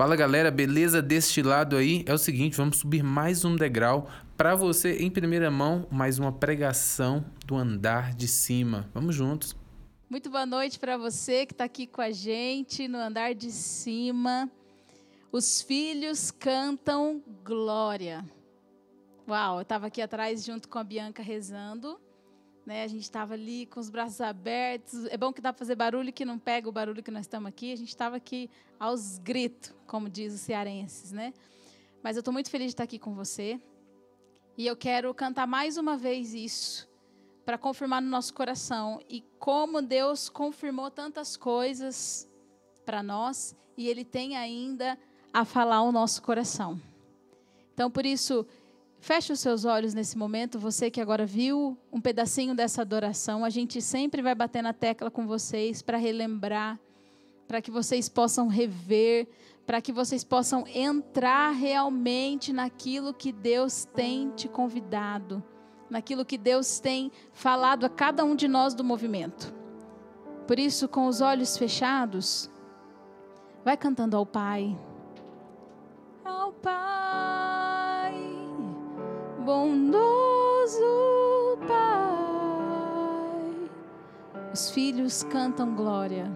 Fala galera, beleza deste lado aí? É o seguinte, vamos subir mais um degrau para você em primeira mão, mais uma pregação do andar de cima. Vamos juntos. Muito boa noite para você que está aqui com a gente no andar de cima. Os filhos cantam glória. Uau, eu estava aqui atrás junto com a Bianca rezando, né? A gente estava ali com os braços abertos. É bom que dá para fazer barulho que não pega o barulho que nós estamos aqui. A gente estava aqui aos gritos, como diz os cearenses, né? Mas eu estou muito feliz de estar aqui com você. E eu quero cantar mais uma vez isso, para confirmar no nosso coração. E como Deus confirmou tantas coisas para nós, e Ele tem ainda a falar ao nosso coração. Então, por isso, feche os seus olhos nesse momento, você que agora viu um pedacinho dessa adoração. A gente sempre vai bater na tecla com vocês para relembrar, para que vocês possam rever, para que vocês possam entrar realmente naquilo que Deus tem te convidado, naquilo que Deus tem falado a cada um de nós do movimento. Por isso, com os olhos fechados, vai cantando ao Pai. Ao Pai, bondoso Pai, os filhos cantam glória.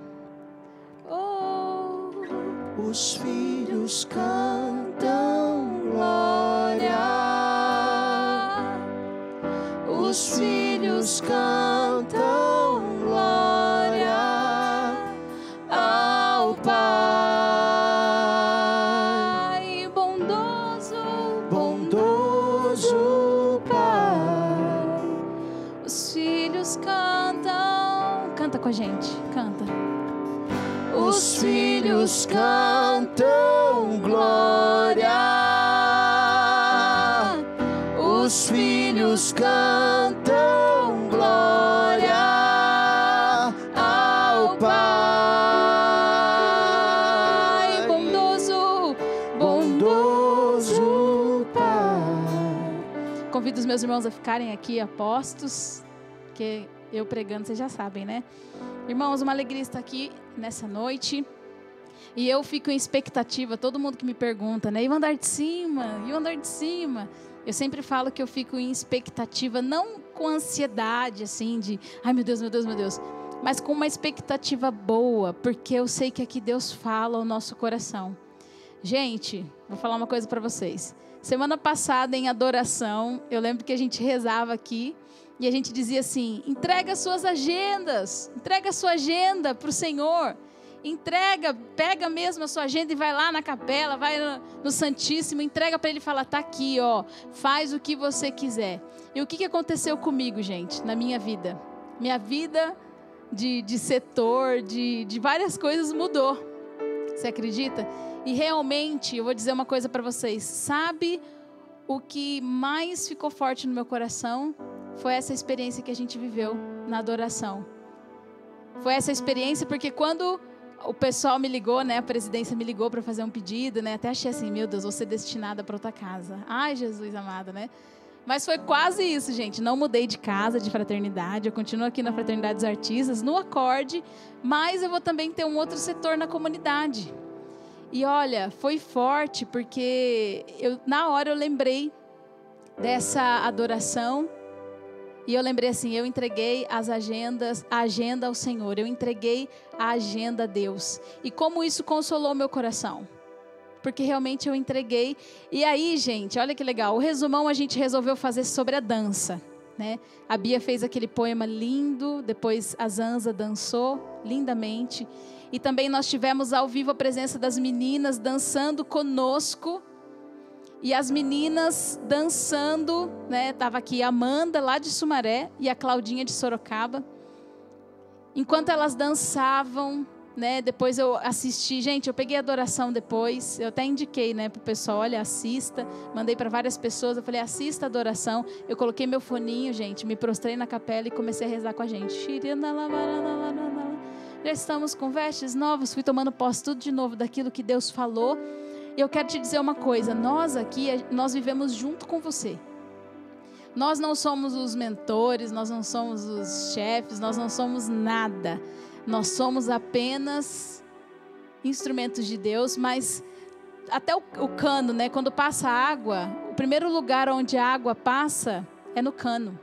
Oh, os filhos cantam glória. Os filhos cantam glória ao Pai, bondoso Pai. Os filhos cantam, canta com a gente, canta. Os filhos cantam glória. Os filhos cantam glória ao Pai, bondoso Pai. Convido os meus irmãos a ficarem aqui a postos, porque eu pregando, vocês já sabem, né? Irmãos, uma alegria estar aqui nessa noite. E eu fico em expectativa, todo mundo que me pergunta, né? E o andar de cima? E o andar de cima? Eu sempre falo que eu fico em expectativa, não com ansiedade, assim, de ai meu Deus, meu Deus, meu Deus, mas com uma expectativa boa, porque eu sei que aqui Deus fala ao nosso coração. Gente, vou falar uma coisa para vocês. Semana passada, em adoração, eu lembro que a gente rezava aqui e a gente dizia assim: entrega suas agendas, entrega a sua agenda para o Senhor. Entrega, pega mesmo a sua agenda e vai lá na capela, vai no Santíssimo, entrega para Ele e fala, tá aqui, ó, faz o que você quiser. E o que aconteceu comigo, gente, na minha vida? Minha vida de setor, de várias coisas mudou. Você acredita? E realmente, eu vou dizer uma coisa para vocês, sabe o que mais ficou forte no meu coração? Foi essa experiência que a gente viveu na adoração. Foi essa experiência porque quando o pessoal me ligou, né? A presidência me ligou para fazer um pedido, né? Até achei assim, meu Deus, vou ser destinada para outra casa. Ai, Jesus amado, né? Mas foi quase isso, gente. Não mudei de casa, de fraternidade. Eu continuo aqui na Fraternidade dos Artistas, no Acorde. Mas eu vou também ter um outro setor na comunidade. E olha, foi forte porque na hora eu lembrei dessa adoração. E eu lembrei assim, eu entreguei a agenda ao Senhor, eu entreguei a agenda a Deus. E como isso consolou meu coração? Porque realmente eu entreguei. E aí, gente, olha que legal, o resumão a gente resolveu fazer sobre a dança, né? A Bia fez aquele poema lindo, depois a Zanza dançou lindamente. E também nós tivemos ao vivo a presença das meninas dançando conosco. E as meninas dançando, né? Tava aqui a Amanda, lá de Sumaré, e a Claudinha de Sorocaba. Enquanto elas dançavam, né? Depois eu assisti. Gente, eu peguei a adoração depois. Eu até indiquei, né, pro pessoal, olha, assista. Mandei para várias pessoas. Eu falei, assista a adoração. Eu coloquei meu foninho, gente, me prostrei na capela e comecei a rezar com a gente. Já estamos com vestes novas. Fui tomando posse tudo de novo daquilo que Deus falou. E eu quero te dizer uma coisa, nós aqui, nós vivemos junto com você. Nós não somos os mentores, nós não somos os chefes, nós não somos nada. Nós somos apenas instrumentos de Deus, mas até o cano, né? Quando passa água, o primeiro lugar onde a água passa é no cano.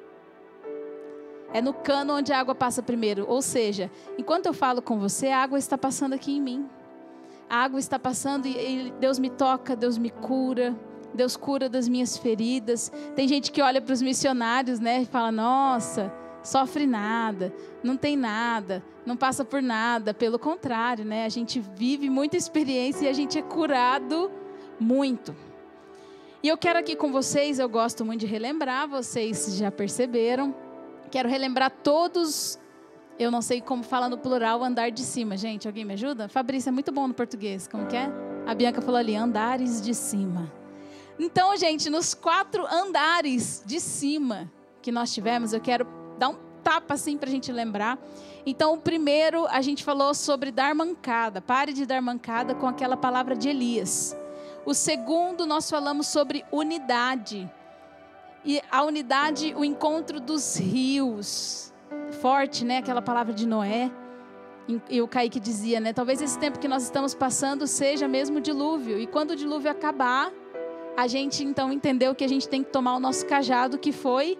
É no cano onde a água passa primeiro. Ou seja, enquanto eu falo com você, a água está passando aqui em mim. A água está passando e Deus me toca, Deus me cura. Deus cura das minhas feridas. Tem gente que olha para os missionários, né? E fala, nossa, sofre nada, não tem nada, não passa por nada. Pelo contrário, né? A gente vive muita experiência e a gente é curado muito. E eu quero aqui com vocês, eu gosto muito de relembrar, vocês já perceberam. Quero relembrar todos, eu não sei como fala no plural, andar de cima. Gente, alguém me ajuda? Fabrício é muito bom no português, como que é? A Bianca falou ali, andares de cima. Então, gente, nos 4 andares de cima que nós tivemos, eu quero dar um tapa assim para a gente lembrar. Então, o primeiro, a gente falou sobre dar mancada. Pare de dar mancada com aquela palavra de Elias. O segundo, nós falamos sobre unidade. E a unidade, o encontro dos rios. Forte, né? Aquela palavra de Noé. E o Kaique dizia, né? Talvez esse tempo que nós estamos passando seja mesmo o dilúvio. E quando o dilúvio acabar, a gente então entendeu que a gente tem que tomar o nosso cajado, que foi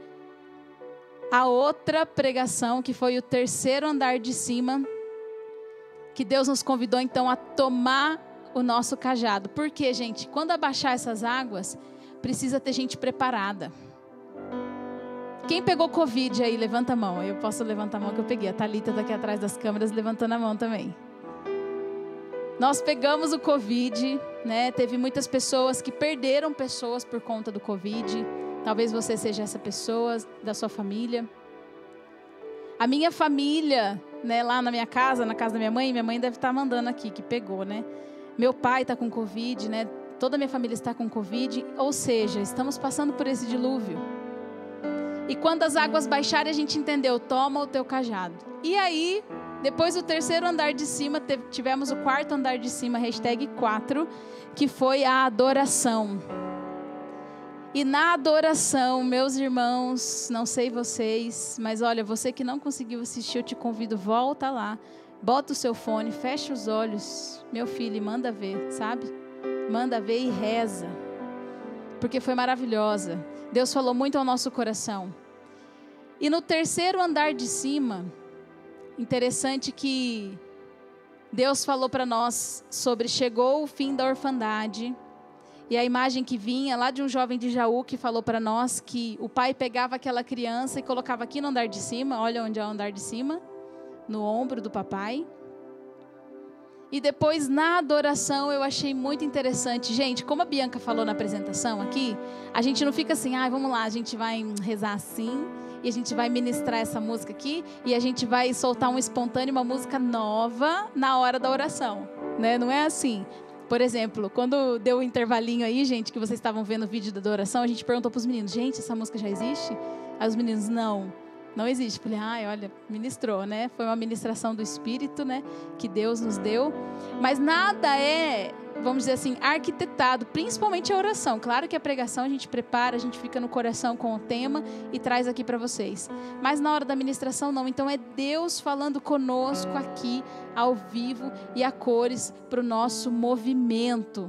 a outra pregação, que foi o terceiro andar de cima, que Deus nos convidou então a tomar o nosso cajado. Porque, gente, quando abaixar essas águas, precisa ter gente preparada. Quem pegou Covid aí, levanta a mão. Eu posso levantar a mão que eu peguei. A Thalita está aqui atrás das câmeras levantando a mão também. Nós pegamos o Covid, né? Teve muitas pessoas que perderam pessoas por conta do Covid. Talvez você seja essa pessoa da sua família. A minha família, né, lá na minha casa, na casa da minha mãe deve estar mandando aqui que pegou, né? Meu pai está com Covid, né? Toda a minha família está com Covid. Ou seja, estamos passando por esse dilúvio. E quando as águas baixarem, a gente entendeu, toma o teu cajado. E aí, depois do terceiro andar de cima, tivemos o quarto andar de cima, #4, que foi a adoração. E na adoração, meus irmãos, não sei vocês, mas olha, você que não conseguiu assistir, eu te convido, volta lá, bota o seu fone, fecha os olhos, meu filho, e manda ver, sabe? Manda ver e reza. Porque foi maravilhosa. Deus falou muito ao nosso coração. E no terceiro andar de cima, interessante que Deus falou para nós sobre chegou o fim da orfandade. E a imagem que vinha lá de um jovem de Jaú que falou para nós que o pai pegava aquela criança e colocava aqui no andar de cima. Olha onde é o andar de cima. No ombro do papai. E depois na adoração eu achei muito interessante. Gente, como a Bianca falou na apresentação aqui, a gente não fica assim, vamos lá, a gente vai rezar assim, e a gente vai ministrar essa música aqui, e a gente vai soltar um espontâneo, uma música nova na hora da oração, né? Não é assim. Por exemplo, quando deu o intervalinho aí, gente, que vocês estavam vendo o vídeo da adoração, a gente perguntou para os meninos, gente, essa música já existe? Aí os meninos, não existe. Falei, olha, ministrou, né? Foi uma ministração do Espírito, né? Que Deus nos deu. Mas nada é, vamos dizer assim, arquitetado, principalmente a oração. Claro que a pregação a gente prepara, a gente fica no coração com o tema e traz aqui para vocês. Mas na hora da ministração, não. Então é Deus falando conosco aqui, ao vivo e a cores, para o nosso movimento.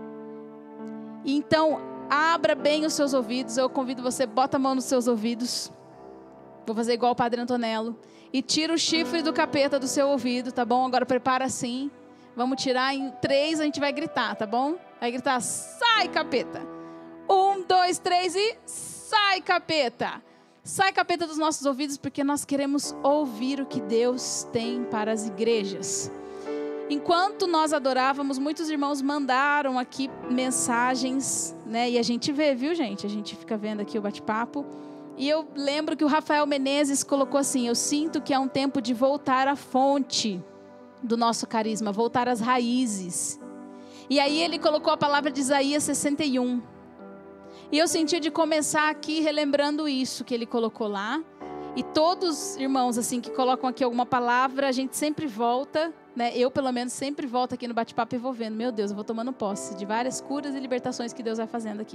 Então, abra bem os seus ouvidos. Eu convido você, bota a mão nos seus ouvidos. Vou fazer igual o Padre Antonello. E tira o chifre do capeta do seu ouvido, tá bom? Agora prepara assim. Vamos tirar em 3, a gente vai gritar, tá bom? Vai gritar, sai capeta. 1, 2, 3 e sai capeta. Sai capeta dos nossos ouvidos, porque nós queremos ouvir o que Deus tem para as igrejas. Enquanto nós adorávamos, muitos irmãos mandaram aqui mensagens, né? E a gente vê, viu, gente? A gente fica vendo aqui o bate-papo. E eu lembro que o Rafael Menezes colocou assim, eu sinto que é um tempo de voltar à fonte do nosso carisma, voltar às raízes. E aí ele colocou a palavra de Isaías 61. E eu senti de começar aqui relembrando isso que ele colocou lá. E todos, irmãos, assim, que colocam aqui alguma palavra, a gente sempre volta, né? Eu, pelo menos, sempre volto aqui no bate-papo e vou vendo. Meu Deus, eu vou tomando posse de várias curas e libertações que Deus vai fazendo aqui.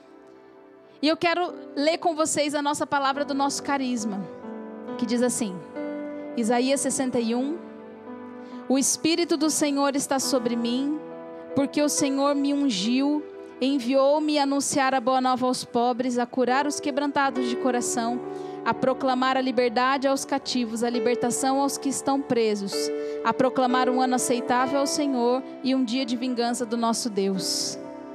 E eu quero ler com vocês a nossa palavra do nosso carisma, que diz assim, Isaías 61, o Espírito do Senhor está sobre mim, porque o Senhor me ungiu, enviou-me a anunciar a boa nova aos pobres, a curar os quebrantados de coração, a proclamar a liberdade aos cativos, a libertação aos que estão presos, a proclamar um ano aceitável ao Senhor e um dia de vingança do nosso Deus.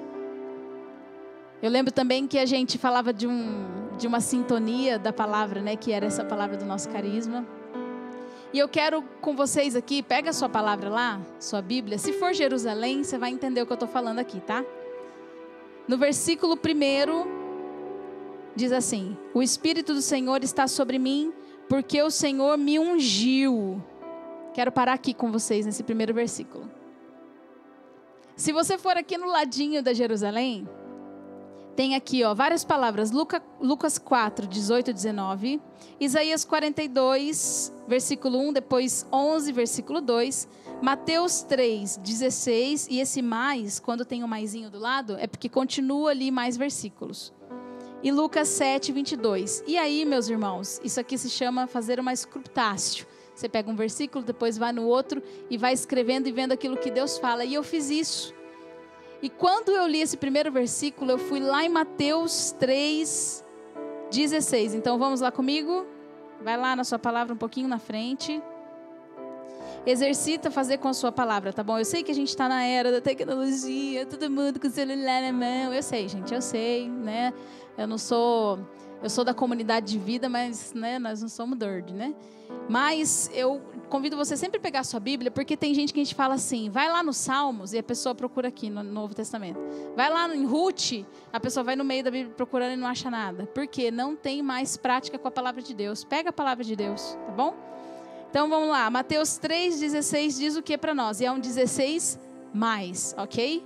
Eu lembro também que a gente falava de uma sintonia da palavra, né? Que era essa palavra do nosso carisma. E eu quero com vocês aqui, pega a sua palavra lá, sua Bíblia. Se for Jerusalém, você vai entender o que eu estou falando aqui, tá? No versículo 1, diz assim: o Espírito do Senhor está sobre mim, porque o Senhor me ungiu. Quero parar aqui com vocês nesse primeiro versículo. Se você for aqui no ladinho da Jerusalém, tem aqui várias palavras. Lucas 4, 18 e 19. Isaías 42, versículo 1, depois 11, versículo 2. Mateus 3, 16. E esse mais, quando tem o maisinho do lado, é porque continua ali mais versículos. E Lucas 7, 22. E aí, meus irmãos, isso aqui se chama fazer uma escrutácio. Você pega um versículo, depois vai no outro e vai escrevendo e vendo aquilo que Deus fala. E eu fiz isso. E quando eu li esse primeiro versículo, eu fui lá em Mateus 3, 16. Então vamos lá comigo? Vai lá na sua palavra um pouquinho na frente. Exercita fazer com a sua palavra, tá bom? Eu sei que a gente está na era da tecnologia, todo mundo com o celular na mão. Eu sei, gente, eu sei, né? Eu sou da comunidade de vida, mas né, nós não somos nerd, né? Mas eu convido você sempre a pegar a sua Bíblia, porque tem gente que a gente fala assim, vai lá nos Salmos, e a pessoa procura aqui no Novo Testamento. Vai lá em Ruth, a pessoa vai no meio da Bíblia procurando e não acha nada. Porque não tem mais prática com a palavra de Deus. Pega a palavra de Deus, tá bom? Então vamos lá, Mateus 3,16 diz o que para nós? E é um 16 mais, ok?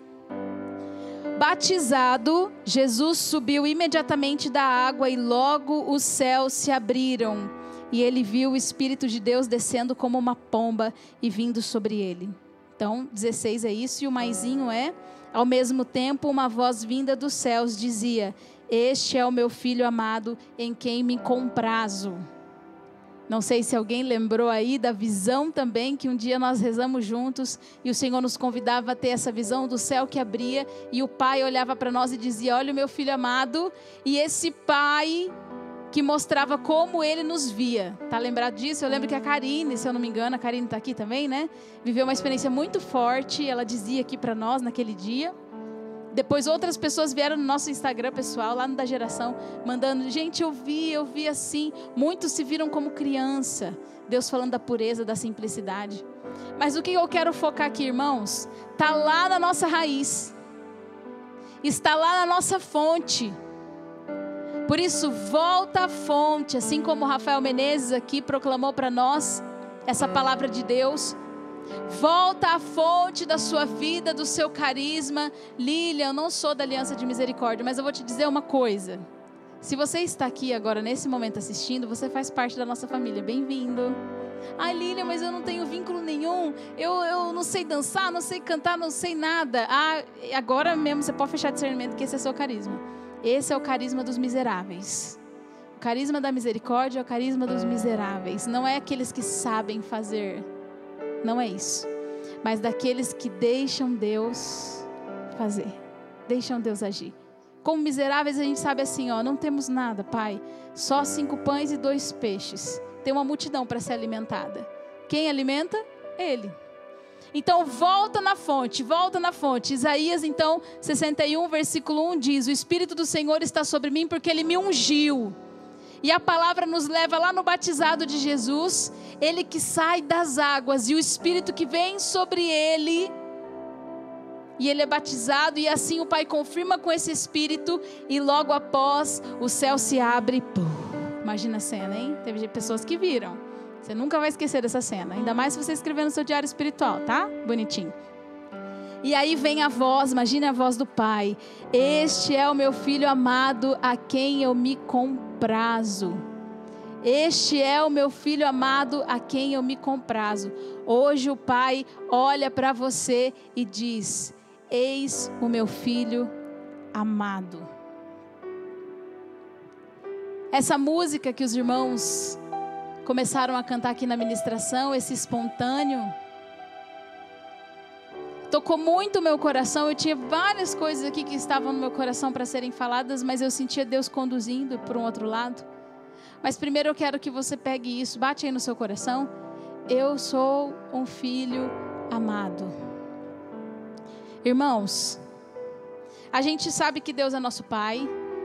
Batizado, Jesus subiu imediatamente da água e logo os céus se abriram. E ele viu o Espírito de Deus descendo como uma pomba e vindo sobre ele. Então, 16 é isso, e o maisinho é: ao mesmo tempo, uma voz vinda dos céus dizia: este é o meu filho amado, em quem me comprazo. Não sei se alguém lembrou aí da visão também, que um dia nós rezamos juntos, e o Senhor nos convidava a ter essa visão do céu que abria, e o Pai olhava para nós e dizia: olha o meu filho amado, e esse Pai que mostrava como ele nos via. Tá lembrado disso? Eu lembro que a Karine, se eu não me engano, a Karine está aqui também, né? Viveu uma experiência muito forte, ela dizia aqui para nós naquele dia. Depois outras pessoas vieram no nosso Instagram pessoal, lá no Da Geração, mandando: gente, eu vi assim. Muitos se viram como criança. Deus falando da pureza, da simplicidade. Mas o que eu quero focar aqui, irmãos? Está lá na nossa raiz. Está lá na nossa fonte. Por isso, volta à fonte, assim como o Rafael Menezes aqui proclamou para nós essa palavra de Deus. Volta à fonte da sua vida, do seu carisma. Lilian, eu não sou da Aliança de Misericórdia, mas eu vou te dizer uma coisa. Se você está aqui agora, nesse momento assistindo, você faz parte da nossa família. Bem-vindo. Ai, Lilian, mas eu não tenho vínculo nenhum. Eu não sei dançar, não sei cantar, não sei nada. Ah, agora mesmo você pode fechar discernimento, que esse é seu carisma. Esse é o carisma dos miseráveis. O carisma da misericórdia é o carisma dos miseráveis. Não é aqueles que sabem fazer. Não é isso. Mas daqueles que deixam Deus fazer. Deixam Deus agir. Como miseráveis a gente sabe assim, não temos nada, Pai. Só 5 pães e 2 peixes. Tem uma multidão para ser alimentada. Quem alimenta? Ele. Então volta na fonte, volta na fonte. Isaías então 61 versículo 1 diz: o Espírito do Senhor está sobre mim porque Ele me ungiu. E a palavra nos leva lá no batizado de Jesus, Ele que sai das águas e o Espírito que vem sobre Ele. E Ele é batizado e assim o Pai confirma com esse Espírito e logo após o céu se abre. Imagina a cena, hein? Teve pessoas que viram. Você nunca vai esquecer dessa cena. Ainda mais se você escrever no seu diário espiritual, tá? Bonitinho. E aí vem a voz, imagine a voz do Pai. Este é o meu filho amado, a quem eu me comprazo. Este é o meu filho amado, a quem eu me comprazo. Hoje o Pai olha para você e diz: eis o meu filho amado. Essa música que os irmãos começaram a cantar aqui na ministração, esse espontâneo, tocou muito o meu coração. Eu tinha várias coisas aqui que estavam no meu coração para serem faladas, mas eu sentia Deus conduzindo para um outro lado. Mas primeiro eu quero que você pegue isso, bate aí no seu coração. Eu sou um filho amado. Irmãos, a gente sabe que Deus é nosso Pai.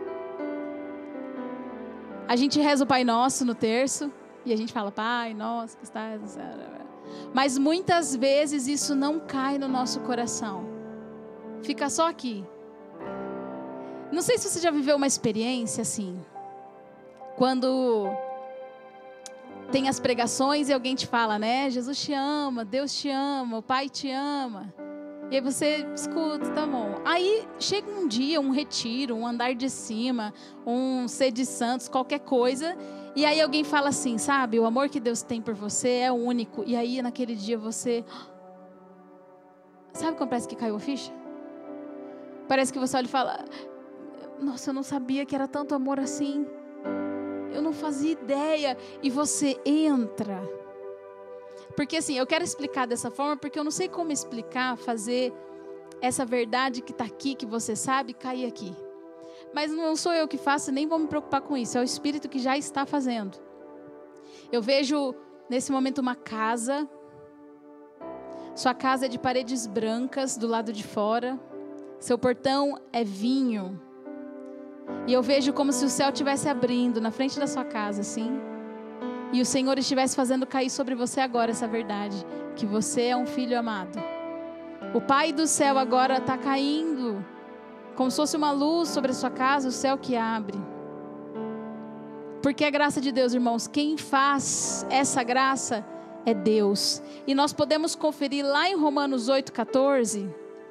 A gente reza o Pai Nosso no terço e a gente fala, Pai Nosso que estás no céu. Mas muitas vezes isso não cai no nosso coração. Fica só aqui. Não sei se você já viveu uma experiência assim. Quando tem as pregações e alguém te fala, né? Jesus te ama, Deus te ama, o Pai te ama. E aí você escuta, tá bom. Aí chega um dia, um retiro, um andar de cima, um ser de santos, qualquer coisa. E aí alguém fala assim, sabe? O amor que Deus tem por você é único. E aí naquele dia você... Sabe como parece que caiu a ficha? Parece que você olha e fala... Nossa, eu não sabia que era tanto amor assim. Eu não fazia ideia. E você entra. Porque assim, eu quero explicar dessa forma, porque eu não sei como explicar, fazer essa verdade que está aqui, que você sabe, cair aqui. Mas não sou eu que faço, nem vou me preocupar com isso. É o Espírito que já está fazendo. Eu vejo, nesse momento, uma casa. Sua casa é de paredes brancas, do lado de fora. Seu portão é vinho. E eu vejo como se o céu estivesse abrindo na frente da sua casa, assim. E o Senhor estivesse fazendo cair sobre você agora essa verdade. Que você é um filho amado. O Pai do céu agora está caindo. Como se fosse uma luz sobre a sua casa, o céu que abre. Porque a graça de Deus, irmãos, quem faz essa graça é Deus. E nós podemos conferir lá em Romanos 8,14.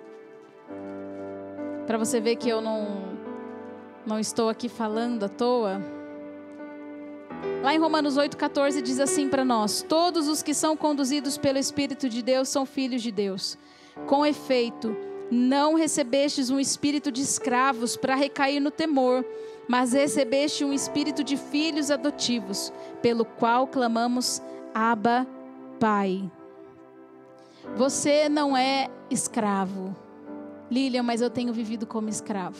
Para você ver que eu não estou aqui falando à toa. Lá em Romanos 8,14 diz assim para nós: todos os que são conduzidos pelo Espírito de Deus são filhos de Deus. Com efeito, não recebestes um espírito de escravos para recair no temor, mas recebeste um espírito de filhos adotivos, pelo qual clamamos, Abba, Pai. Você não é escravo. Lilian, mas eu tenho vivido como escravo.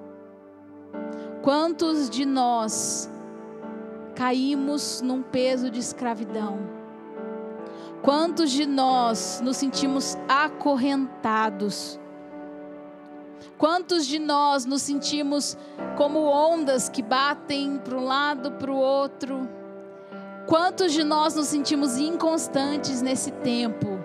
Quantos de nós caímos num peso de escravidão? Quantos de nós nos sentimos acorrentados? Quantos de nós nos sentimos como ondas que batem para um lado, para o outro? Quantos de nós nos sentimos inconstantes nesse tempo?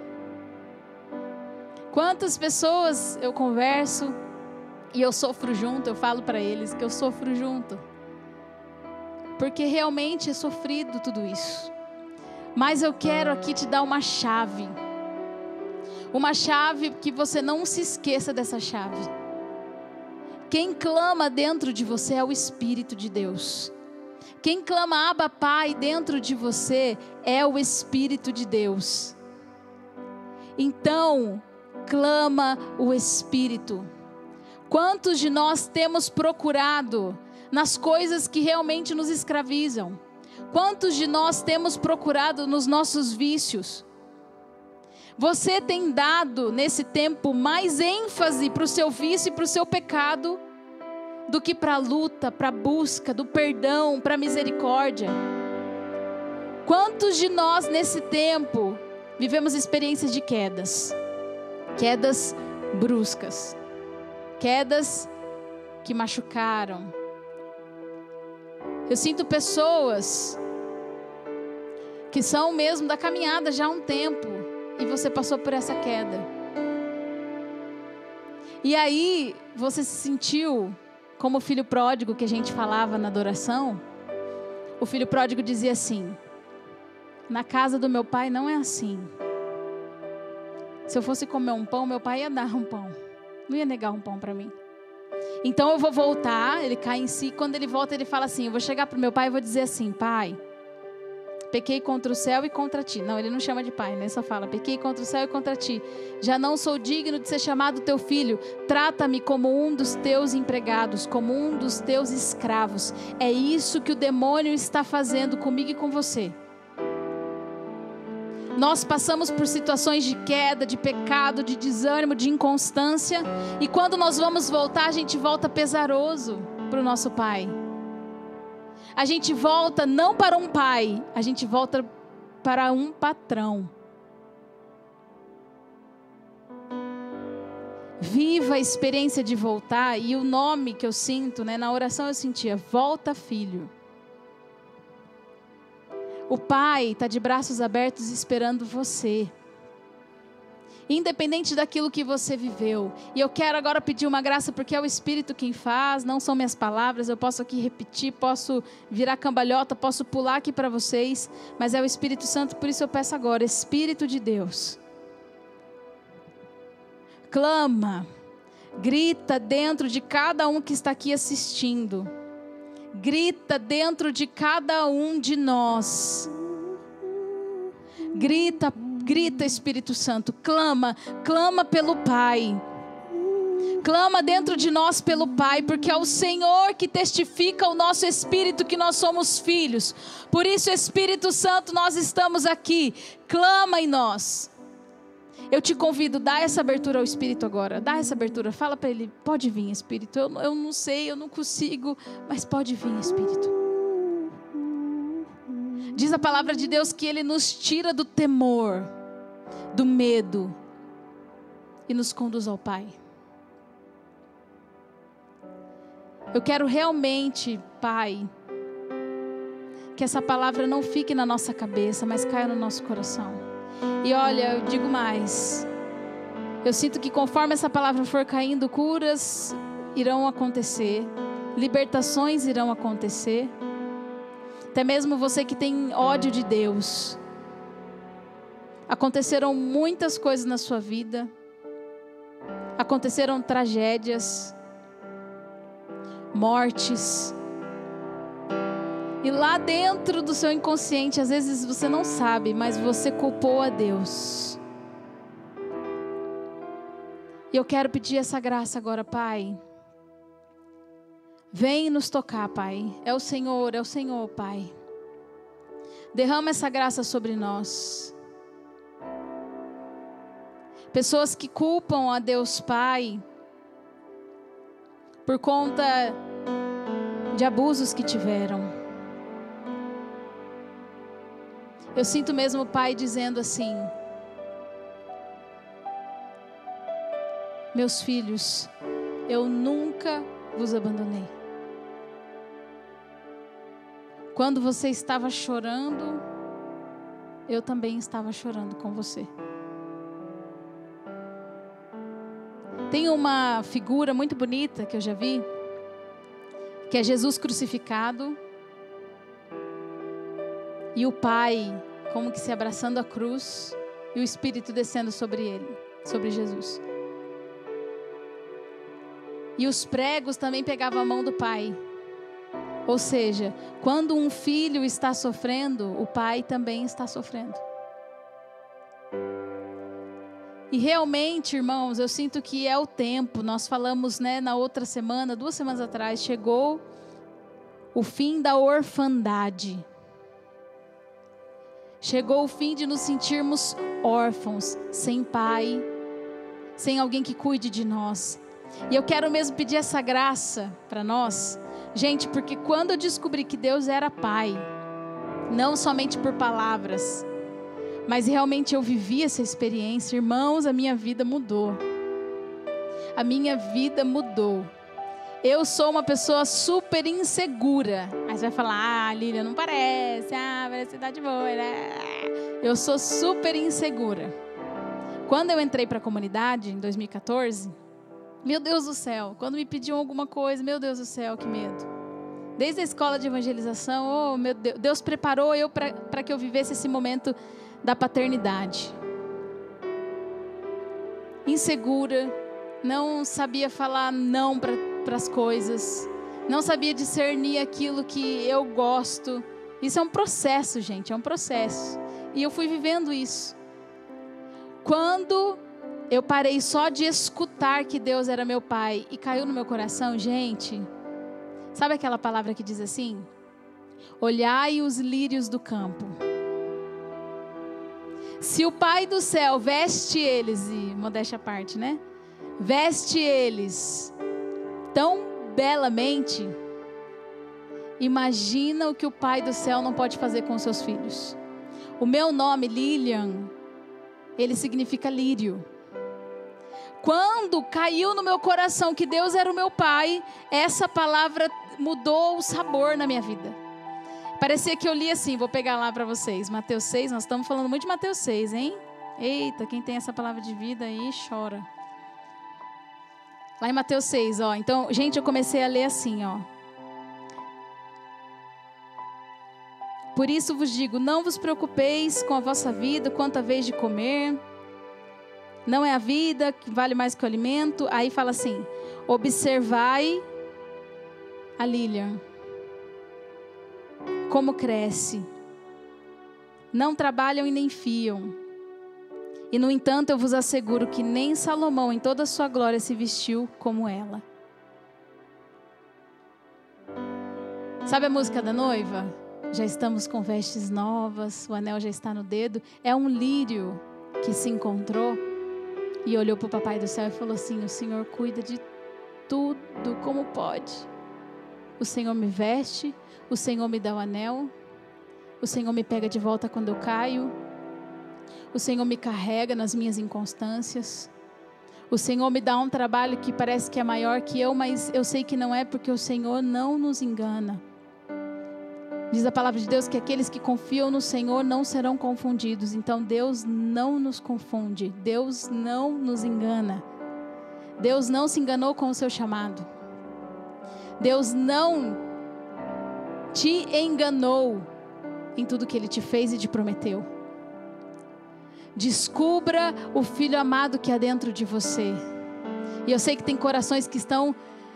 Quantas pessoas eu converso e eu sofro junto, eu falo para eles que eu sofro junto. Porque realmente é sofrido tudo isso. Mas eu quero aqui te dar uma chave. Uma chave que você não se esqueça dessa chave. Quem clama dentro de você é o Espírito de Deus. Quem clama Abba Pai dentro de você é o Espírito de Deus. Então, clama o Espírito. Quantos de nós temos procurado nas coisas que realmente nos escravizam? Quantos de nós temos procurado nos nossos vícios? Você tem dado nesse tempo mais ênfase para o seu vício e para o seu pecado do que para a luta, para a busca do perdão, para a misericórdia? Quantos de nós nesse tempo vivemos experiências de quedas? Quedas bruscas, quedas que machucaram. Eu sinto pessoas que são mesmo da caminhada já há um tempo e você passou por essa queda. E aí você se sentiu como o filho pródigo que a gente falava na adoração. O filho pródigo dizia assim: na casa do meu pai não é assim. Se eu fosse comer um pão, meu pai ia dar um pão, não ia negar um pão para mim. Então eu vou voltar, ele cai em si. Quando ele volta, ele fala assim: eu vou chegar para o meu pai e vou dizer assim: pai, pequei contra o céu e contra ti. Não, ele não chama de pai, né? Só fala: pequei contra o céu e contra ti. Já não sou digno de ser chamado teu filho. Trata-me como um dos teus empregados, como um dos teus escravos. É isso que o demônio está fazendo comigo e com você. Nós passamos por situações de queda, de pecado, de desânimo, de inconstância. E quando nós vamos voltar, a gente volta pesaroso para o nosso Pai. A gente volta não para um pai, a gente volta para um patrão. Viva a experiência de voltar. E o nome que eu sinto, né, na oração eu sentia: volta, filho. O Pai está de braços abertos esperando você. Independente daquilo que você viveu. E eu quero agora pedir uma graça, porque é o Espírito quem faz, não são minhas palavras. Eu posso aqui repetir, posso virar cambalhota, posso pular aqui para vocês. Mas é o Espírito Santo, por isso eu peço agora: Espírito de Deus. Clama, grita dentro de cada um que está aqui assistindo. Grita dentro de cada um de nós. Grita, grita, Espírito Santo. Clama, clama pelo Pai. Clama dentro de nós pelo Pai, porque é o Senhor que testifica ao nosso espírito que nós somos filhos. Por isso, Espírito Santo, nós estamos aqui. Clama em nós. Eu te convido, dá essa abertura ao Espírito agora. Dá essa abertura, fala para Ele: pode vir, Espírito. Eu não sei, eu não consigo, mas pode vir, Espírito. Diz a palavra de Deus que Ele nos tira do temor, do medo, e nos conduz ao Pai. Eu quero realmente, Pai, que essa palavra não fique na nossa cabeça, mas caia no nosso coração. E olha, eu digo mais. Eu sinto que conforme essa palavra for caindo, curas irão acontecer, libertações irão acontecer. Até mesmo você que tem ódio de Deus. Aconteceram muitas coisas na sua vida. Aconteceram tragédias, mortes. E lá dentro do seu inconsciente, às vezes você não sabe, mas você culpou a Deus. E eu quero pedir essa graça agora, Pai. Vem nos tocar, Pai. É o Senhor, Pai. Derrama essa graça sobre nós. Pessoas que culpam a Deus Pai por conta de abusos que tiveram. Eu sinto mesmo o Pai dizendo assim: meus filhos, eu nunca vos abandonei. Quando você estava chorando, eu também estava chorando com você. Tem uma figura muito bonita que eu já vi, que é Jesus crucificado e o Pai como que se abraçando a cruz e o Espírito descendo sobre ele, sobre Jesus. E os pregos também pegavam a mão do Pai. Ou seja, quando um filho está sofrendo, o Pai também está sofrendo. E realmente, irmãos, eu sinto que é o tempo. Nós falamos, né, na outra semana, 2 semanas atrás, chegou o fim da orfandade. Chegou o fim de nos sentirmos órfãos, sem pai, sem alguém que cuide de nós. E eu quero mesmo pedir essa graça para nós, gente, porque quando eu descobri que Deus era Pai, não somente por palavras, mas realmente eu vivi essa experiência, irmãos, a minha vida mudou. A minha vida mudou. Eu sou uma pessoa super insegura. Aí você vai falar: Lília, não parece. Parece cidade boa, né? Eu sou super insegura. Quando eu entrei para a comunidade, em 2014, meu Deus do céu, quando me pediam alguma coisa, meu Deus do céu, que medo. Desde a escola de evangelização, meu Deus, Deus preparou eu para que eu vivesse esse momento da paternidade. Insegura, não sabia falar não para as coisas, não sabia discernir aquilo que eu gosto. Isso é um processo, gente, é um processo. E eu fui vivendo isso. Quando eu parei só de escutar que Deus era meu Pai e caiu no meu coração, gente, sabe aquela palavra que diz assim? Olhai os lírios do campo. Se o Pai do céu veste eles, e modéstia à parte, né? Veste eles tão belamente, imagina o que o Pai do céu não pode fazer com os seus filhos. O meu nome, Lilian, ele significa lírio. Quando caiu no meu coração que Deus era o meu Pai, essa palavra mudou o sabor na minha vida. Parecia que eu li assim, vou pegar lá para vocês. Mateus 6, nós estamos falando muito de Mateus 6, hein? Eita, quem tem essa palavra de vida aí, chora. Lá em Mateus 6, ó. Então, gente, eu comecei a ler assim, ó. Por isso vos digo, não vos preocupeis com a vossa vida, quanto a vez de comer. Não é a vida que vale mais que o alimento. Aí fala assim, observai a Lilian, como cresce. Não trabalham e nem fiam. E no entanto eu vos asseguro que nem Salomão em toda a sua glória se vestiu como ela. Sabe a música da noiva? Já estamos com vestes novas, o anel já está no dedo. É um lírio que se encontrou e olhou para o Papai do céu e falou assim, o Senhor cuida de tudo como pode. O Senhor me veste, o Senhor me dá o anel, o Senhor me pega de volta quando eu caio, o Senhor me carrega nas minhas inconstâncias, o Senhor me dá um trabalho que parece que é maior que eu, mas eu sei que não é, porque o Senhor não nos engana. Diz a palavra de Deus que aqueles que confiam no Senhor não serão confundidos. Então Deus não nos confunde, Deus não nos engana. Deus não se enganou com o seu chamado. Deus não te enganou em tudo que Ele te fez e te prometeu. Descubra o Filho amado que há dentro de você. E eu sei que tem corações que estão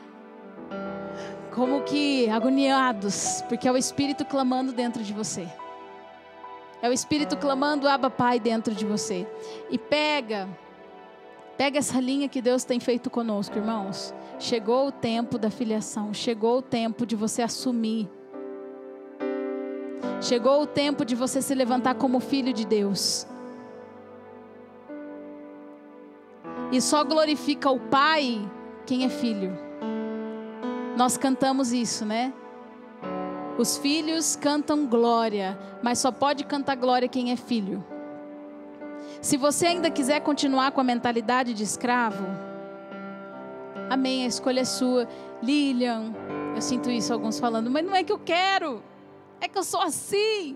como que agoniados, porque é o Espírito clamando dentro de você. É o Espírito clamando, Abba Pai, dentro de você. E pega essa linha que Deus tem feito conosco, irmãos. Chegou o tempo da filiação, chegou o tempo de você assumir. Chegou o tempo de você se levantar como filho de Deus. E só glorifica o Pai quem é filho. Nós cantamos isso, né? Os filhos cantam glória, mas só pode cantar glória quem é filho. Se você ainda quiser continuar com a mentalidade de escravo, amém, a escolha é sua. Lilian, eu sinto isso alguns falando, mas não é que eu quero, é que eu sou assim.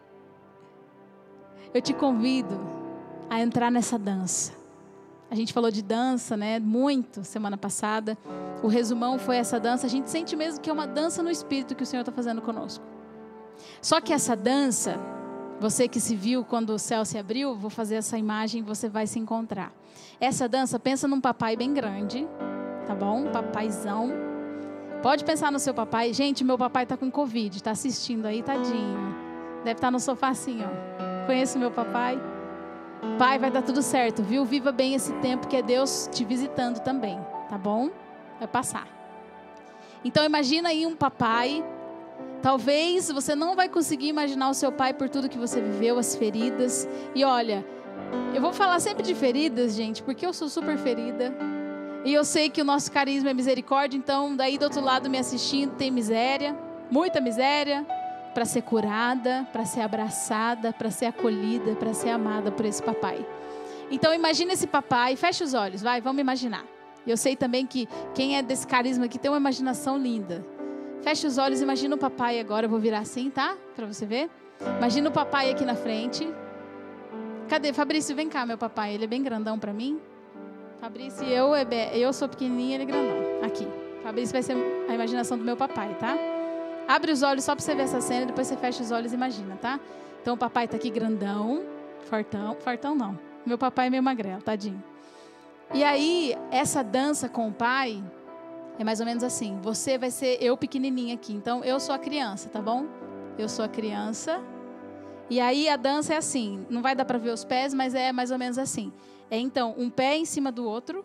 Eu te convido a entrar nessa dança. A gente falou de dança, né? Muito semana passada. O resumão foi essa dança. A gente sente mesmo que é uma dança no Espírito que o Senhor está fazendo conosco. Só que essa dança, você que se viu quando o céu se abriu, vou fazer essa imagem e você vai se encontrar. Essa dança, pensa num papai bem grande, tá bom? Um papaizão. Pode pensar no seu papai. Gente, meu papai está com Covid, está assistindo aí, tadinho. Deve estar no sofá assim, ó. Conheço meu papai. Pai, vai dar tudo certo, viu? Viva bem esse tempo que é Deus te visitando também, tá bom? Vai passar. Então imagina aí um papai. Talvez você não vai conseguir imaginar o seu pai por tudo que você viveu, as feridas. E olha, eu vou falar sempre de feridas, gente, porque eu sou super ferida. E eu sei que o nosso carisma é misericórdia, então daí do outro lado me assistindo tem miséria, muita miséria, para ser curada, para ser abraçada, para ser acolhida, para ser amada por esse papai. Então imagina esse papai, fecha os olhos, vai, vamos imaginar. Eu sei também que quem é desse carisma aqui tem uma imaginação linda. Fecha os olhos, imagina o papai agora, eu vou virar assim, tá? Para você ver. Imagina o papai aqui na frente. Cadê? Fabrício, vem cá, meu papai, ele é bem grandão para mim. Fabrício, eu sou pequenininha, ele é grandão. Aqui, Fabrício vai ser a imaginação do meu papai, tá? Abre os olhos só para você ver essa cena, depois você fecha os olhos e imagina, tá? Então o papai tá aqui grandão, fortão não. Meu papai é meio magrelo, tadinho. E aí, essa dança com o pai é mais ou menos assim. Você vai ser eu pequenininha aqui. Então, eu sou a criança, tá bom? Eu sou a criança. E aí, a dança é assim. Não vai dar para ver os pés, mas é mais ou menos assim. É, então, um pé em cima do outro.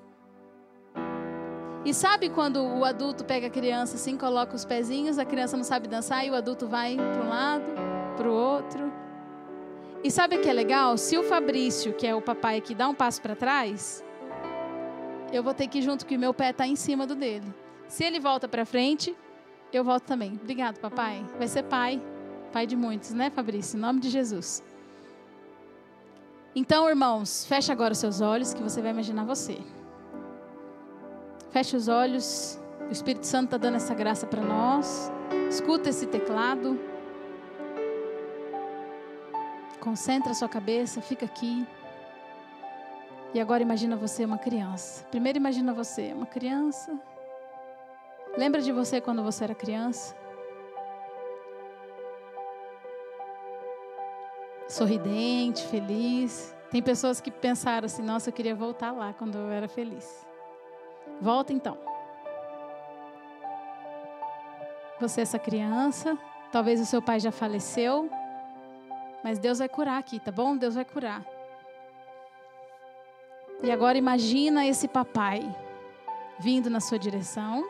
E sabe quando o adulto pega a criança assim, coloca os pezinhos, a criança não sabe dançar e o adulto vai para um lado, para o outro. E sabe o que é legal? Se o Fabrício, que é o papai aqui, dá um passo para trás, eu vou ter que ir junto, que o meu pé está em cima do dele. Se ele volta para frente, eu volto também. Obrigado, papai. Vai ser pai. Pai de muitos, né, Fabrício? Em nome de Jesus. Então, irmãos, fecha agora os seus olhos, que você vai imaginar você. Fecha os olhos. O Espírito Santo está dando essa graça para nós. Escuta esse teclado. Concentra a sua cabeça, fica aqui. E agora imagina você uma criança. Primeiro imagina você uma criança. Lembra de você quando você era criança? Sorridente, feliz. Tem pessoas que pensaram assim, nossa, eu queria voltar lá quando eu era feliz. Volta então. Você é essa criança. Talvez o seu pai já faleceu. Mas Deus vai curar aqui, tá bom? Deus vai curar. E agora imagina esse papai vindo na sua direção.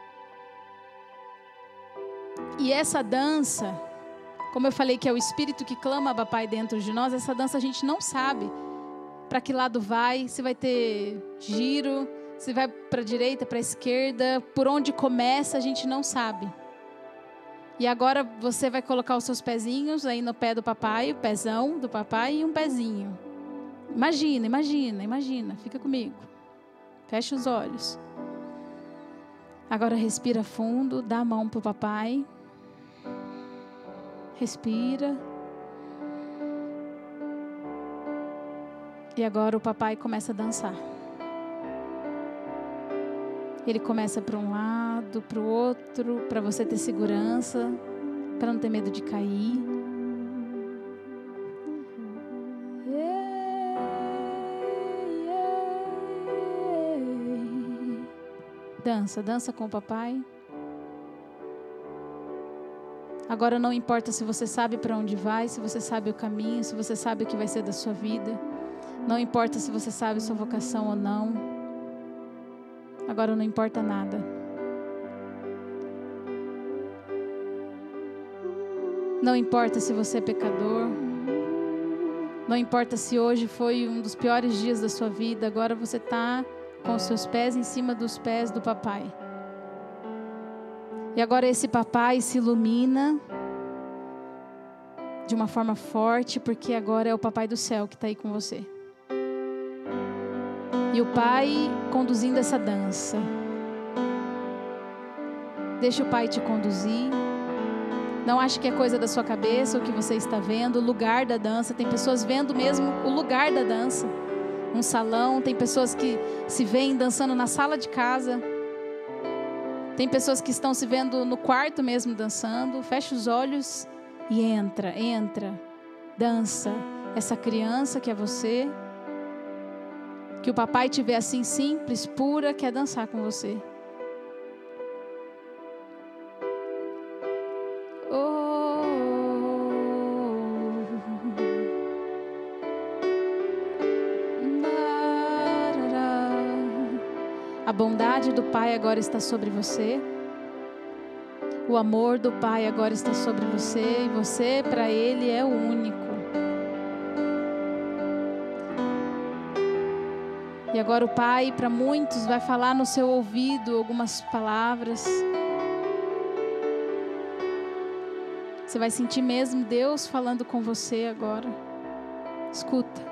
E essa dança, como eu falei que é o Espírito que clama papai dentro de nós, essa dança a gente não sabe para que lado vai, se vai ter giro, se vai para a direita, para a esquerda, por onde começa a gente não sabe. E agora você vai colocar os seus pezinhos aí no pé do papai, o pezão do papai e um pezinho. Imagina. Fica comigo. Fecha os olhos. Agora respira fundo, dá a mão pro papai. Respira. E agora o papai começa a dançar. Ele começa para um lado, para o outro, para você ter segurança, para não ter medo de cair. Dança com o papai. Agora não importa se você sabe para onde vai, se você sabe o caminho, se você sabe o que vai ser da sua vida. Não importa se você sabe sua vocação ou não. Agora não importa nada. Não importa se você é pecador. Não importa se hoje foi um dos piores dias da sua vida. Agora você está com os seus pés em cima dos pés do papai. E agora esse papai se ilumina de uma forma forte, porque agora é o papai do céu que está aí com você. E o pai conduzindo essa dança. Deixa o pai te conduzir. Não ache que é coisa da sua cabeça o que você está vendo, o lugar da dança. Tem pessoas vendo mesmo o lugar da dança. Um salão, tem pessoas que se veem dançando na sala de casa. Tem pessoas que estão se vendo no quarto mesmo dançando. Fecha os olhos e entra. Dança. Essa criança que é você. Que o papai te vê assim simples, pura, quer dançar com você. A bondade do Pai agora está sobre você. O amor do Pai agora está sobre você. E você, para Ele, é o único. E agora o Pai, para muitos, vai falar no seu ouvido algumas palavras. Você vai sentir mesmo Deus falando com você agora. Escuta.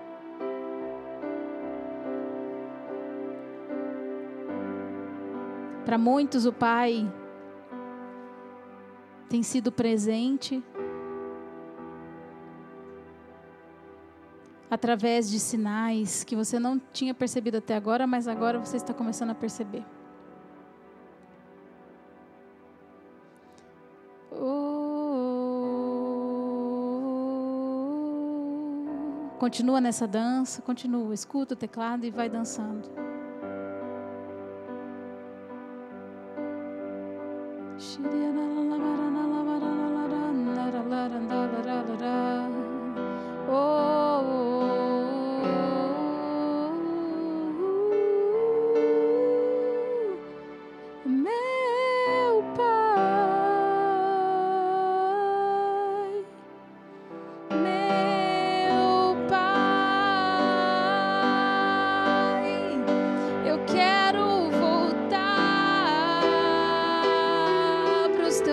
Para muitos o Pai tem sido presente através de sinais que você não tinha percebido até agora, mas agora você está começando a perceber. Continua nessa dança, continua, escuta o teclado e vai dançando.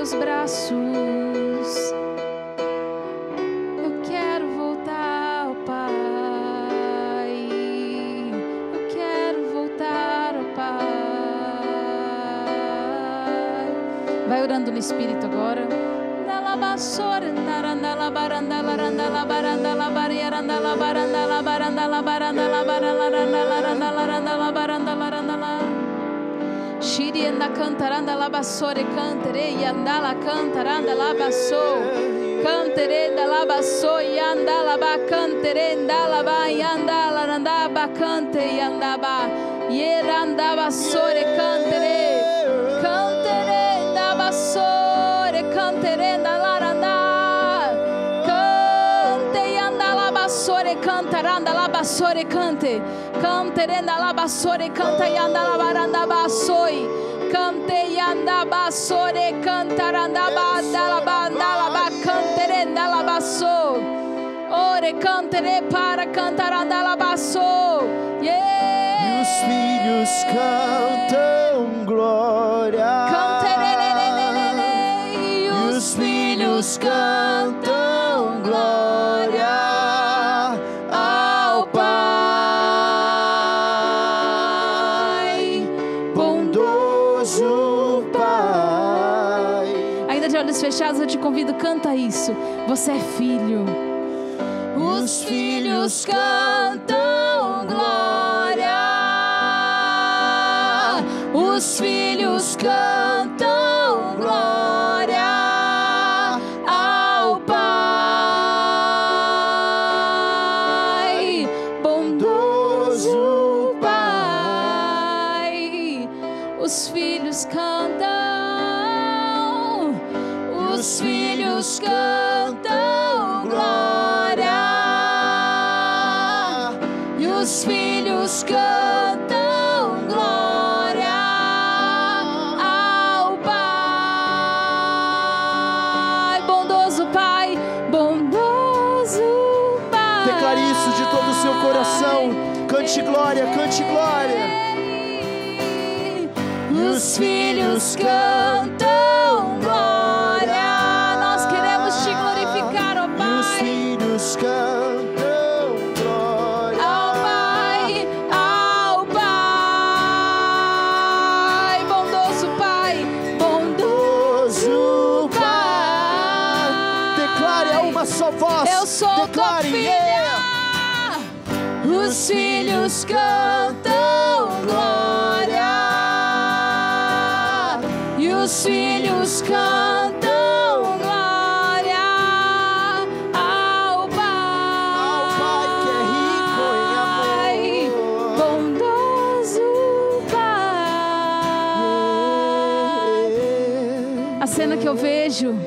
teus braços. Eu quero voltar, ó Pai. Eu quero voltar, ó Pai. Vai orando no Espírito agora. Shiri anda cantaranda la bassore cantere e andala cantaranda la basso cantere da la basso e andala ba cantere andala ba e andala anda ba cante e andaba e anda bassore cantere cantere da bassore cantere da la cantaranda la bassore cante canterenda la bassore canta e anda la baranda bassoi cante e anda bassore cantaranda banda la banda la ba canterenda la basso ore cantere para cantaranda la basso yeah. E os filhos cantam glória. E os filhos cantam glória. Fechados, eu te convido, canta isso. Você é filho. Os filhos cantam glória. Os filhos cantam glória ao Pai, bondoso Pai. Os filhos cantam. Os filhos cantam glória. E os filhos cantam glória ao Pai. Bondoso Pai, bondoso Pai. Declare isso de todo o seu coração. Cante glória, cante glória. E os filhos cantam glória. Cantam glória ao Pai, bondoso Pai, bondoso Pai. Declare a uma só voz. Eu sou tua filha. Os filhos cantam glória. E os filhos cantam. Que eu vejo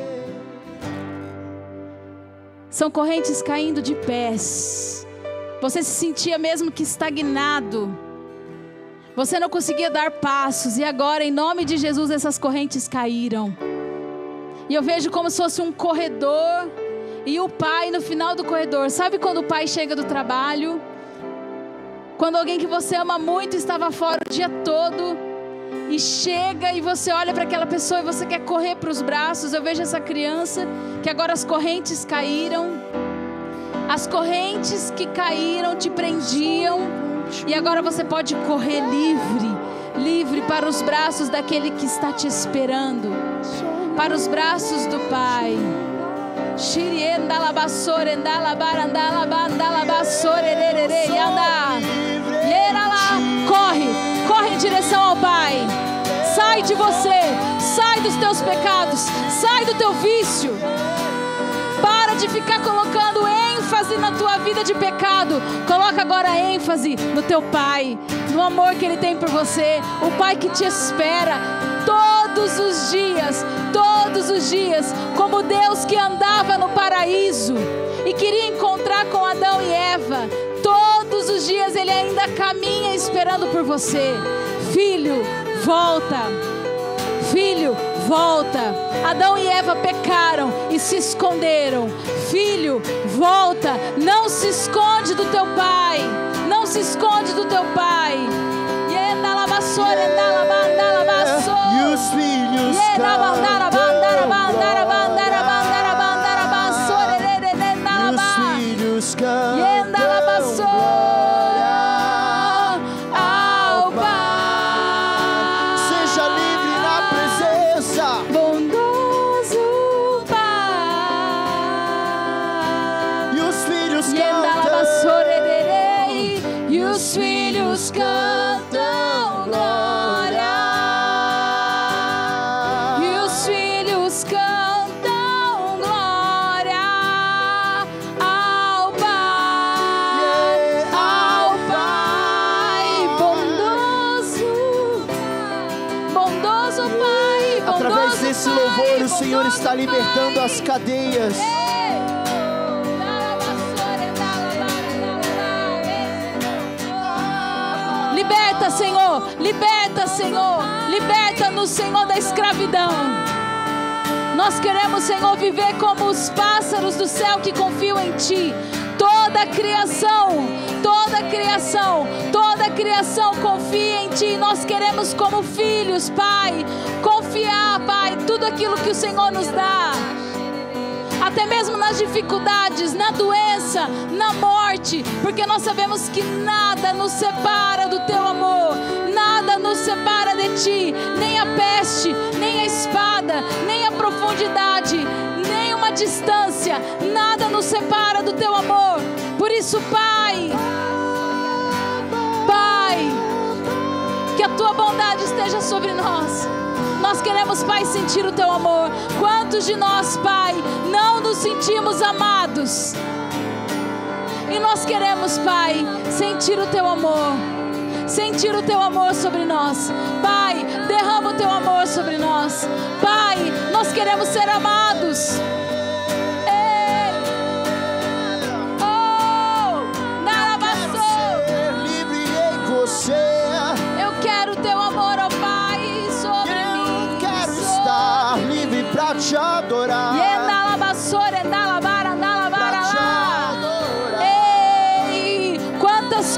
são correntes caindo de pés. Você se sentia mesmo que estagnado. Você não conseguia dar passos. E agora, em nome de Jesus, essas correntes caíram. E eu vejo como se fosse um corredor. E o pai no final do corredor. Sabe quando o pai chega do trabalho? Quando alguém que você ama muito estava fora o dia todo. E chega e você olha para aquela pessoa e você quer correr para os braços. Eu vejo essa criança que agora as correntes caíram. As correntes que caíram te prendiam. E agora você pode correr livre. Livre para os braços daquele que está te esperando. Para os braços do Pai. Corre, corre em direção ao Pai. Sai de você, sai dos teus pecados, sai do teu vício. Para de ficar colocando ênfase na tua vida de pecado. Coloca agora ênfase no teu Pai, no amor que Ele tem por você. O Pai que te espera todos os dias, como Deus que andava no paraíso e queria encontrar com Adão e Eva. Todos os dias Ele ainda caminha esperando por você. Filho, volta. Filho, volta. Adão e Eva pecaram e se esconderam. Filho, volta. Não se esconde do teu Pai. Não se esconde do teu Pai. E os filhos cantam. bondoso Pai, bondoso Através desse Pai, louvor, o Senhor bondoso está libertando Pai. as cadeias. Liberta, Senhor, liberta, Senhor, liberta-nos, Senhor, da escravidão. Nós queremos, Senhor, viver como os pássaros do céu que confiam em Ti. Toda a criação confia em Ti. Nós queremos, como filhos, Pai, confiar, Pai, tudo aquilo que o Senhor nos dá. Até mesmo nas dificuldades, na doença, na morte, porque nós sabemos que nada nos separa do Teu amor, nada nos separa de Ti, nem a peste, nem a espada, nem a profundidade, nem uma distância, nada nos separa do Teu amor. Por isso, Pai, que a Tua bondade esteja sobre nós. Nós queremos, Pai, sentir o Teu amor. Quantos de nós, Pai, não nos sentimos amados? E nós queremos, Pai, sentir o Teu amor. Sentir o Teu amor sobre nós. Pai, derrama o Teu amor sobre nós. Pai, nós queremos ser amados. Ei! Oh! Nada Ser livre em você. Eu quero o Teu amor, ó Pai, sobre mim. Quero estar livre pra te adorar. Ei, quantas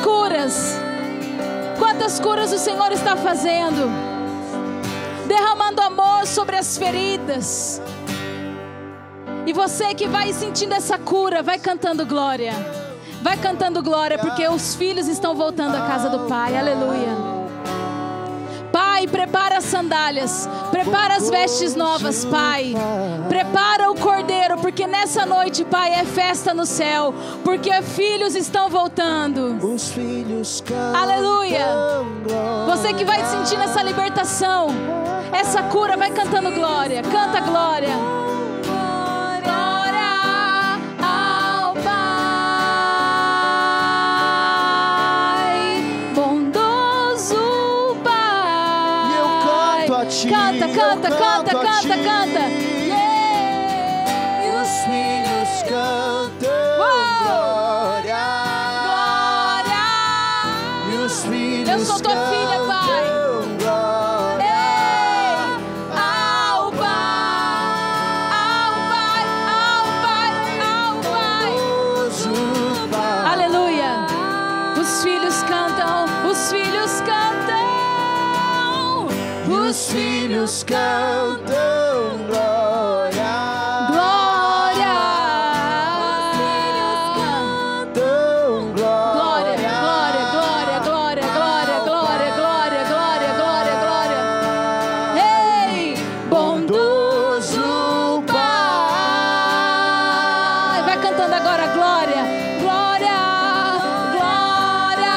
curas o Senhor está fazendo, derramando amor sobre as feridas. E você que vai sentindo essa cura, vai cantando glória. Vai cantando glória, porque os filhos estão voltando à casa do Pai. Aleluia. Pai, prepara as sandálias, prepara as vestes novas, Pai. Prepara o cordeiro, porque nessa noite, Pai, é festa no céu, porque filhos estão voltando. Os filhos cantam. Aleluia. Você que vai sentindo essa libertação, essa cura, vai cantando glória. Canta glória. Canta, canta, canta, canta, canta. Yeah. Os filhos cantam glória. Glória. E os filhos Eu sou tua filha, Pai. Glória. Ao Pai, ao Pai, ao Pai, ao Pai. Aleluia. Os filhos cantam, os filhos cantam. Os filhos cantam glória. Glória. Cantam glória. Glória, glória, glória, glória, glória, glória, glória, glória, glória. Ei, bondoso Pai. Vai cantando agora, glória, glória, glória,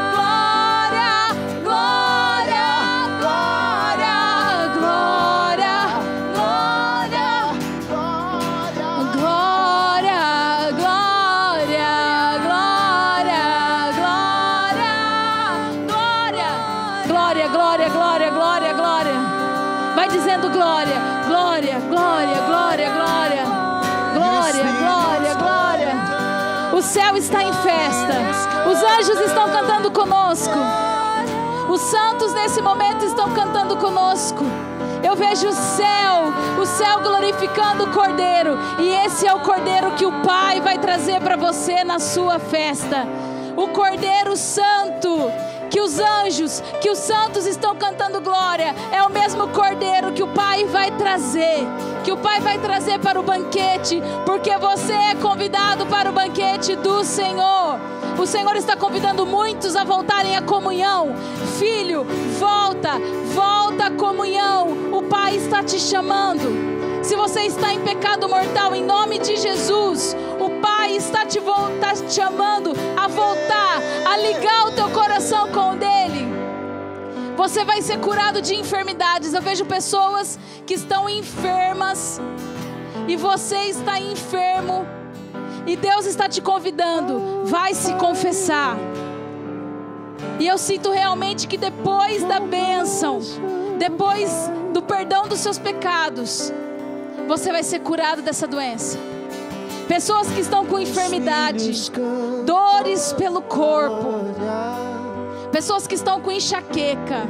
glória, glória. Glória, glória, glória, glória. Vai dizendo glória, glória, glória, glória, glória. Glória, glória, glória. O céu está em festa. Os anjos estão cantando conosco. Os santos nesse momento estão cantando conosco. Eu vejo o céu glorificando o Cordeiro. E esse é o Cordeiro que o Pai vai trazer para você na sua festa. O Cordeiro Santo, que os anjos, que os santos estão cantando glória, é o mesmo Cordeiro que o Pai vai trazer, que o Pai vai trazer para o banquete, porque você é convidado para o banquete do Senhor. O Senhor está convidando muitos a voltarem à comunhão. Filho, volta à comunhão. O Pai está te chamando. Se você está em pecado mortal, em nome de Jesus, o Pai está te chamando a voltar, a ligar o teu coração com o dele. Você vai ser curado de enfermidades. Eu vejo pessoas que estão enfermas e você está enfermo e Deus está te convidando, vai se confessar. E eu sinto realmente que depois da bênção, depois do perdão dos seus pecados, você vai ser curado dessa doença. Pessoas que estão com enfermidade, dores pelo corpo, pessoas que estão com enxaqueca.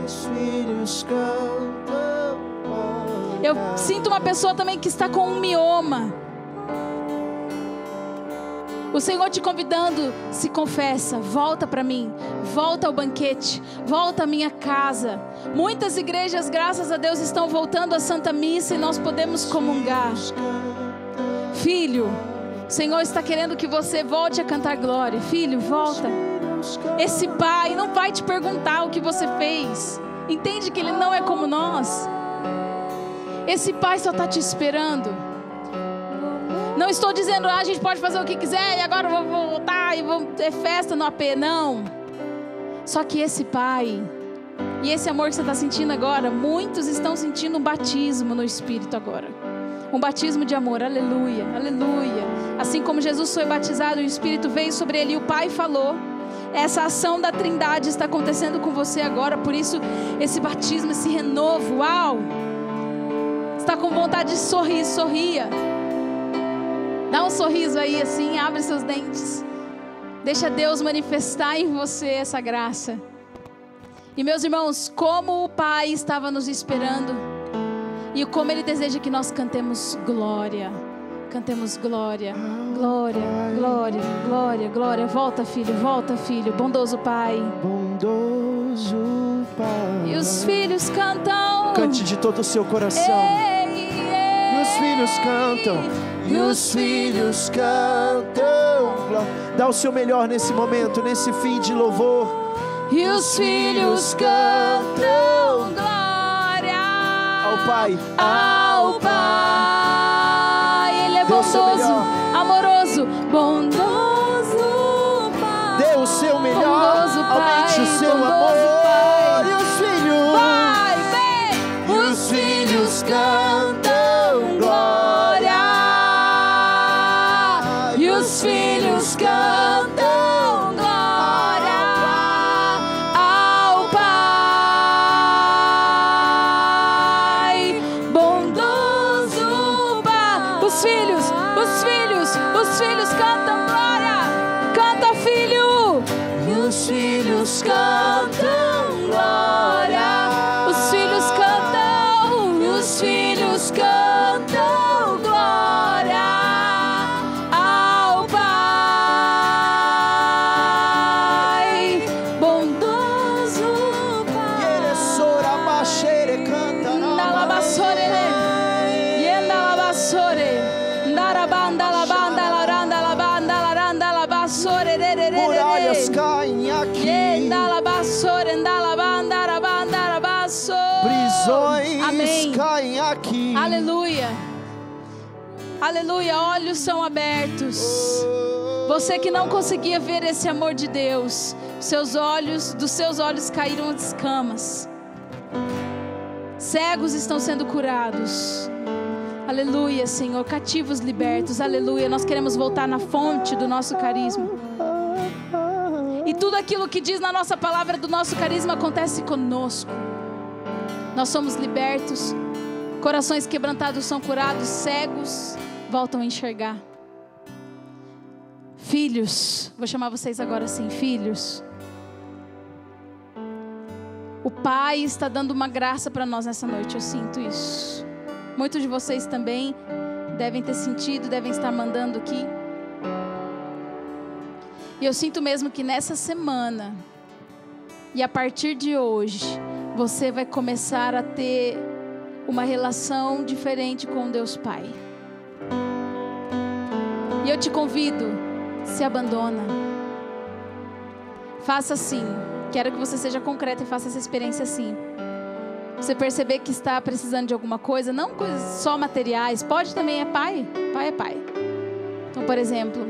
Eu sinto uma pessoa também que está com um mioma. O Senhor te convidando, se confessa, volta para mim, volta ao banquete, volta à minha casa. Muitas igrejas, graças a Deus, estão voltando à Santa Missa e nós podemos comungar. Filho, o Senhor está querendo que você volte a cantar glória. Filho, volta. Esse pai não vai te perguntar o que você fez. Entende que ele não é como nós? Esse pai só está te esperando. Não estou dizendo, a gente pode fazer o que quiser e agora eu vou voltar e vou ter festa no AP, não. Só que esse pai e esse amor que você está sentindo agora, muitos estão sentindo um batismo no Espírito agora. Um batismo de amor, aleluia, aleluia. Assim como Jesus foi batizado, o Espírito veio sobre ele e o Pai falou. Essa ação da Trindade está acontecendo com você agora, por isso esse batismo, esse renovo, uau! Está com vontade de sorrir, sorria. Dá um sorriso aí assim, abre seus dentes. Deixa Deus manifestar em você essa graça. E meus irmãos, como o Pai estava nos esperando e como Ele deseja que nós cantemos glória. Cantemos glória, glória, glória, glória, glória. Volta filho, bondoso Pai. Bondoso Pai. E os filhos cantam. Cante de todo o seu coração. E os filhos cantam. E os filhos cantam. Dá o seu melhor nesse momento, nesse fim de louvor. E os filhos cantam glória ao Pai. Ao Pai. Ele é bondoso, amoroso, bondoso Pai. Dê o seu melhor, aumente o seu amor. Pai. E os filhos, vai, vem. E os filhos cantam glória. E os filhos cantam glória ao Pai, bondoso Pai. Os filhos cantam glória. Canta, filho. E os filhos cantam glória. Os filhos cantam. E os filhos cantam glória ao Pai, bondoso Pai. E ele é sorabaxere, canta Ndalabassore, yendalabassore, ndarabanda labanda laranda labanda laranda labassore. muralhas caem aqui. Yendalabassore, ndalabanda rabanda labassore. Prisões Amém. caem aqui. Aleluia. Aleluia, olhos são abertos. Você que não conseguia ver esse amor de Deus, dos seus olhos caíram as escamas. Cegos estão sendo curados. Aleluia, Senhor, cativos libertos. Aleluia, nós queremos voltar na fonte do nosso carisma. E tudo aquilo que diz na nossa palavra do nosso carisma acontece conosco. Nós somos libertos. Corações quebrantados são curados, cegos voltam a enxergar. Filhos, vou chamar vocês agora assim, filhos. O Pai está dando uma graça para nós nessa noite, eu sinto isso. Muitos de vocês também devem ter sentido, devem estar mandando aqui. E eu sinto mesmo que nessa semana, e a partir de hoje, você vai começar a ter uma relação diferente com Deus Pai. E eu te convido, se abandona. Faça assim. Quero que você seja concreto e faça essa experiência assim. Você perceber que está precisando de alguma coisa, não coisas só materiais, pode também, é pai. Pai é pai. Então, por exemplo,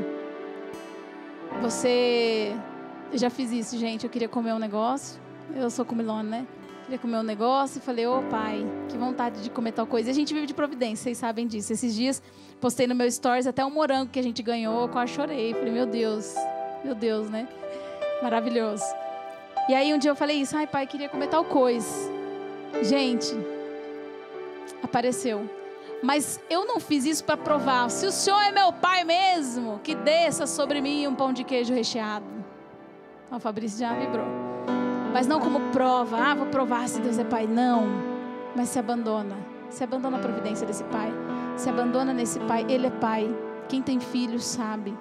eu já fiz isso, gente. Eu queria comer um negócio. Eu sou comilona, né? Queria comer um negócio e falei, ô pai, que vontade de comer tal coisa. E a gente vive de providência, vocês sabem disso. Esses dias, postei no meu stories até um morango que a gente ganhou, eu quase chorei. Falei, meu Deus, né? Maravilhoso. E aí um dia eu falei isso, ai pai, queria comer tal coisa. Gente, apareceu. Mas eu não fiz isso para provar. Se o Senhor é meu Pai mesmo, que desça sobre mim um pão de queijo recheado. O Fabrício já vibrou. Mas não como prova. Vou provar se Deus é Pai. Não. Mas se abandona. Se abandona a providência desse Pai. Se abandona nesse Pai. Ele é Pai. Quem tem filho sabe.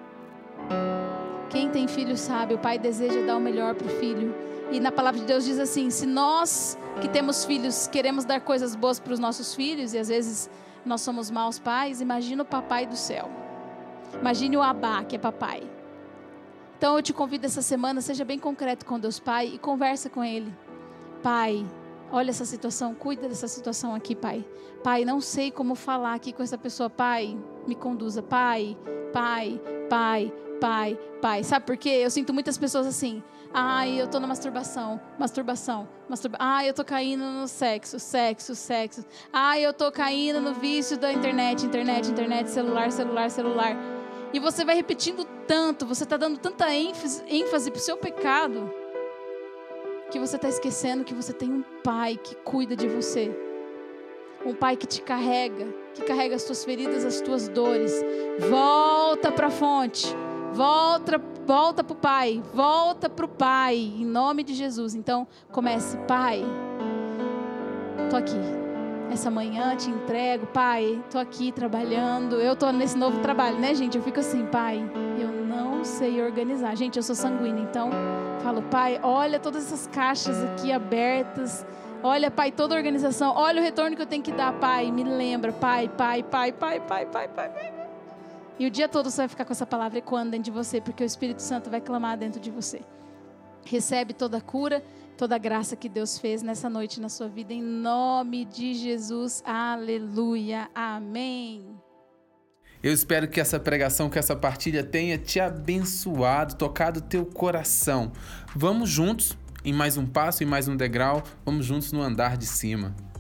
Quem tem filho sabe. O Pai deseja dar o melhor para o filho. E na palavra de Deus diz assim: se nós que temos filhos queremos dar coisas boas para os nossos filhos, e às vezes nós somos maus pais, imagina o papai do céu. Imagine o Abá, que é papai. Então eu te convido essa semana, seja bem concreto com Deus Pai e conversa com Ele. Pai, olha essa situação, cuida dessa situação aqui, Pai. Pai, não sei como falar aqui com essa pessoa. Pai, me conduza. Pai, Pai, Pai, Pai, Pai. Sabe por quê? Eu sinto muitas pessoas assim: eu tô na masturbação. Eu tô caindo no sexo. Eu tô caindo no vício da internet, celular. E você vai repetindo tanto, você tá dando tanta ênfase pro seu pecado, que você tá esquecendo que você tem um Pai que cuida de você. Um Pai que te carrega, que carrega as tuas feridas, as tuas dores. Volta pra fonte. Volta pro Pai, volta pro Pai, em nome de Jesus. Então, comece: Pai, tô aqui, essa manhã te entrego, Pai, tô aqui trabalhando, eu tô nesse novo trabalho, né, gente? Eu fico assim: Pai, eu não sei organizar. Gente, eu sou sanguínea, então, falo: Pai, olha todas essas caixas aqui abertas, olha, Pai, toda a organização, olha o retorno que eu tenho que dar, Pai, me lembra, Pai. E o dia todo você vai ficar com essa palavra ecoando dentro de você, porque o Espírito Santo vai clamar dentro de você. Recebe toda a cura, toda a graça que Deus fez nessa noite na sua vida, em nome de Jesus. Aleluia. Amém. Eu espero que essa pregação, que essa partilha tenha te abençoado, tocado o teu coração. Vamos juntos em mais um passo, em mais um degrau. Vamos juntos no andar de cima.